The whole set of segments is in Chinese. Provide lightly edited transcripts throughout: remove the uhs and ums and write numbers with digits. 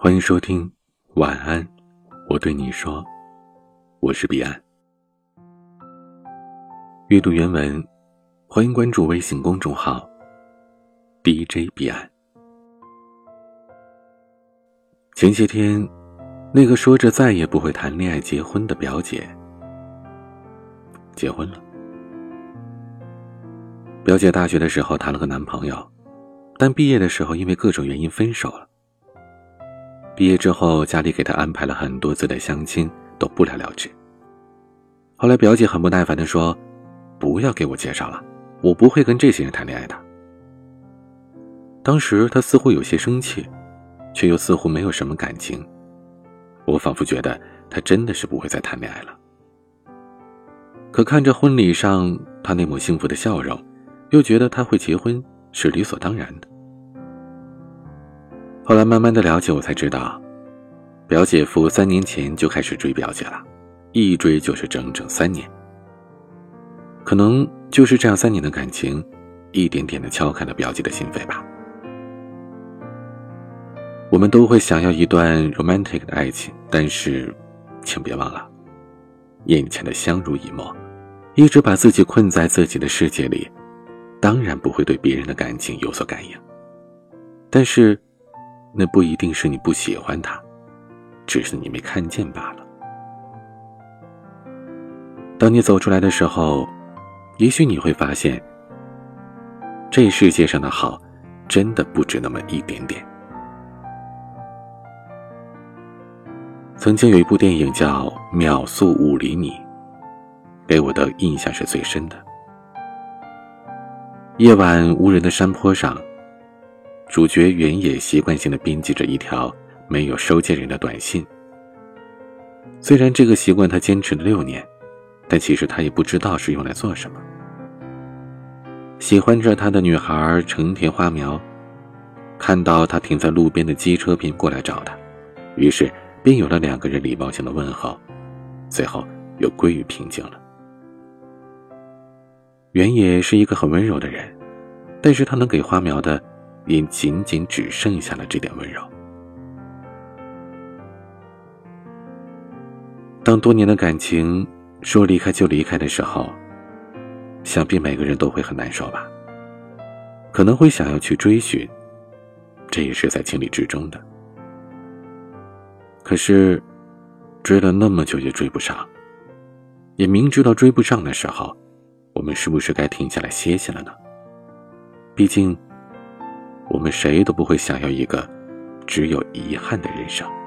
欢迎收听晚安，我对你说，我是彼岸。阅读原文，欢迎关注微信公众号 DJ 彼岸。前些天，那个说着再也不会谈恋爱结婚的表姐结婚了。表姐大学的时候谈了个男朋友，但毕业的时候因为各种原因分手了。毕业之后，家里给她安排了很多次的相亲，都不了了之。后来表姐很不耐烦地说，不要给我介绍了，我不会跟这些人谈恋爱的。当时她似乎有些生气，却又似乎没有什么感情。我仿佛觉得她真的是不会再谈恋爱了。可看着婚礼上她那抹幸福的笑容，又觉得她会结婚是理所当然的。后来慢慢的了解，我才知道表姐夫3年前就开始追表姐了，一追就是整整3年。可能就是这样3年的感情，一点点的敲开了表姐的心扉吧。我们都会想要一段 romantic 的爱情，但是请别忘了，眼前的相濡以沫，一直把自己困在自己的世界里，当然不会对别人的感情有所感应。但是那不一定是你不喜欢他，只是你没看见罢了。当你走出来的时候，也许你会发现，这世界上的好真的不止那么一点点。曾经有一部电影叫《秒速5厘米》，给我的印象是最深的。夜晚无人的山坡上，主角原野习惯性地编辑着一条没有收件人的短信。虽然这个习惯他坚持了6年，但其实他也不知道是用来做什么。喜欢着他的女孩成田花苗，看到他停在路边的机车便过来找他，于是便有了2个人礼貌性的问候，最后又归于平静了。原野是一个很温柔的人，但是他能给花苗的也仅仅只剩下了这点温柔。当多年的感情说离开就离开的时候，想必每个人都会很难受吧，可能会想要去追寻，这也是在情理之中的。可是追了那么久也追不上，也明知道追不上的时候，我们是不是该停下来歇歇了呢？毕竟我们谁都不会想要一个只有遗憾的人生。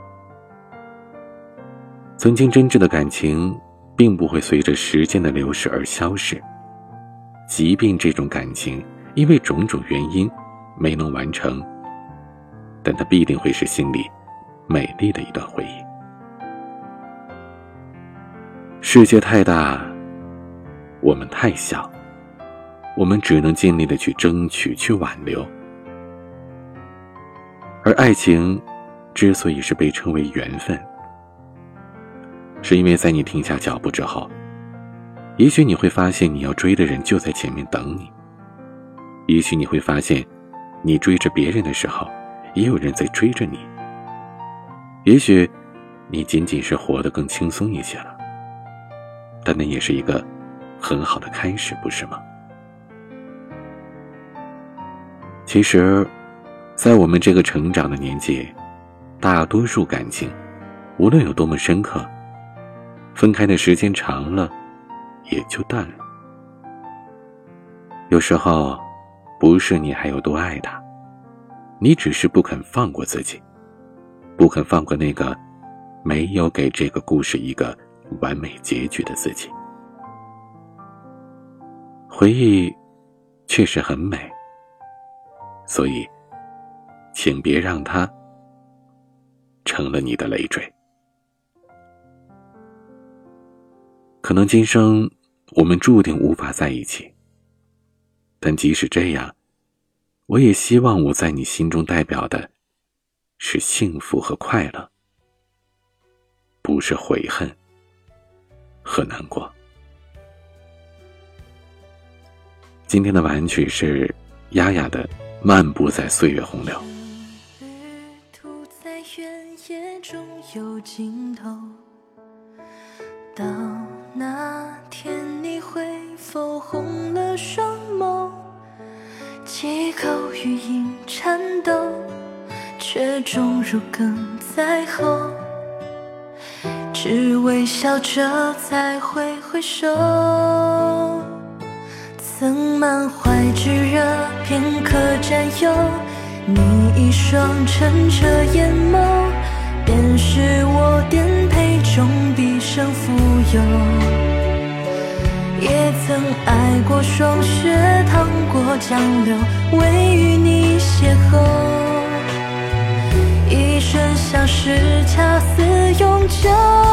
曾经真挚的感情并不会随着时间的流逝而消逝，即便这种感情因为种种原因没能完成，但它必定会是心里美丽的一段回忆。世界太大，我们太小，我们只能尽力的去争取，去挽留。而爱情之所以是被称为缘分，是因为在你停下脚步之后，也许你会发现你要追的人就在前面等你，也许你会发现你追着别人的时候，也有人在追着你，也许你仅仅是活得更轻松一些了，但那也是一个很好的开始，不是吗？其实在我们这个成长的年纪，大多数感情无论有多么深刻，分开的时间长了也就淡了。有时候不是你还有多爱他，你只是不肯放过自己，不肯放过那个没有给这个故事一个完美结局的自己。回忆确实很美，所以请别让它成了你的累赘。可能今生我们注定无法在一起，但即使这样，我也希望我在你心中代表的是幸福和快乐，不是悔恨和难过。今天的晚安曲是丫丫的《漫步在岁月洪流》。 旅途在原野中有尽头，到那天你会否红了双眸，几口语音颤抖，却终如鲠在喉，只微笑着再挥挥手。曾满怀炙热片刻占有，你一双澄澈眼眸，便是我颠沛中毕生富有。也曾爱过霜雪，淌过江流，为与你邂逅，一生相识，恰似永久。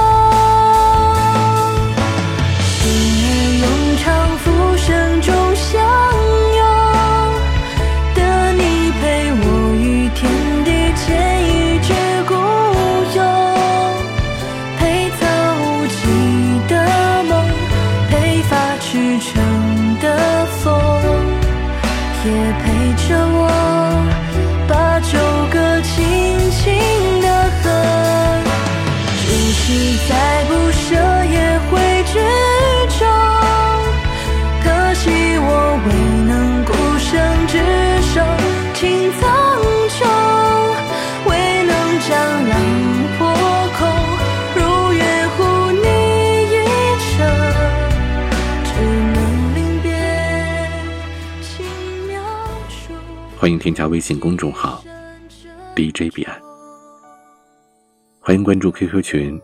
心儿永长，浮生中相拥的你，陪我与天地间一直孤勇，陪草无际的梦，陪发驰骋的风，也陪着我把旧歌轻轻地哼。只是再不舍也会剧终，可惜我未能孤身执手情苍穹，未能将浪破空，如月护你一程，只能临别轻描处。 欢迎添加微信公众号 DJ 彼岸，欢迎关注 QQ 群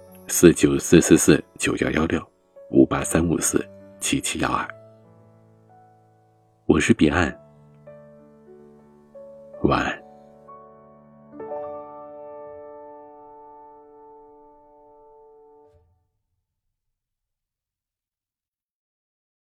49444911658354771，我是彼岸，晚安。